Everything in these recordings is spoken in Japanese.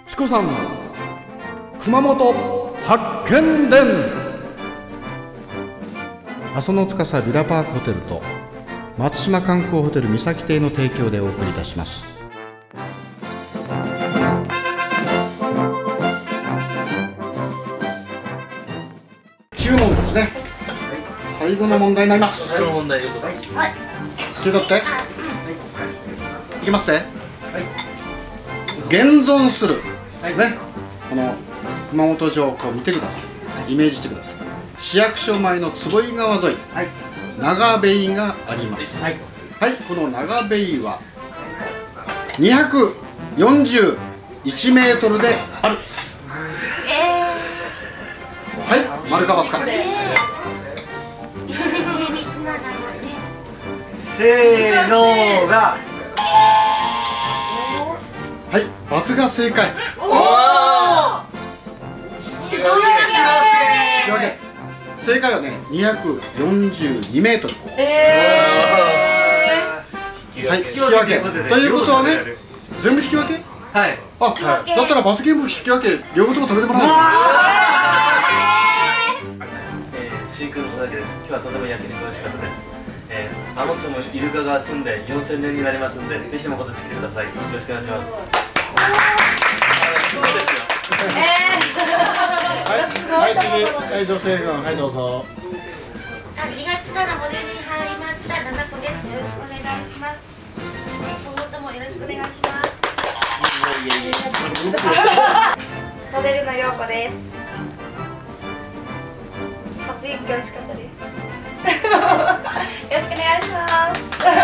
チコさんの熊本発見伝。阿蘇の司ビラパークホテルと松島観光ホテル三崎邸の提供でお送りいたします。9問ですね。最後の問題になります。 最後の問題でございます。はい。 受け取って。いきますね。現存するですね。この熊本城をこう見てください。イメージしてください。市役所前の坪井川沿い、長べ井があります。はい、この長べ井は241メートルである。はい、丸か×か。 せーのが。 はい、×が正解。引き分け。正解はね、242メートル。はい、引き分け。ということはね、全部引き分け？ はい。 あ、だったら罰ゲーム引き分け、両方とも食べてもらおう。 シークル佐々木です。今日はとても焼肉美味しかったです。天草もイルカが住んで4000年になりますんで、ぜひとも今年来てください。よろしくお願いします。 はい、次、女性軍、はい、どうぞ。 2月からモデルに入りました七子です。よろしくお願いします。今後ともよろしくお願いします。モデルの陽子です。初雪美味しかったです。よろしくお願いします。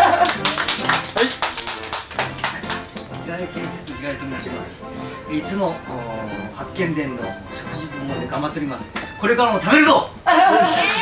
平井建設平井と申します。いつも発見伝の食事部門で頑張っております。これからも食べるぞ。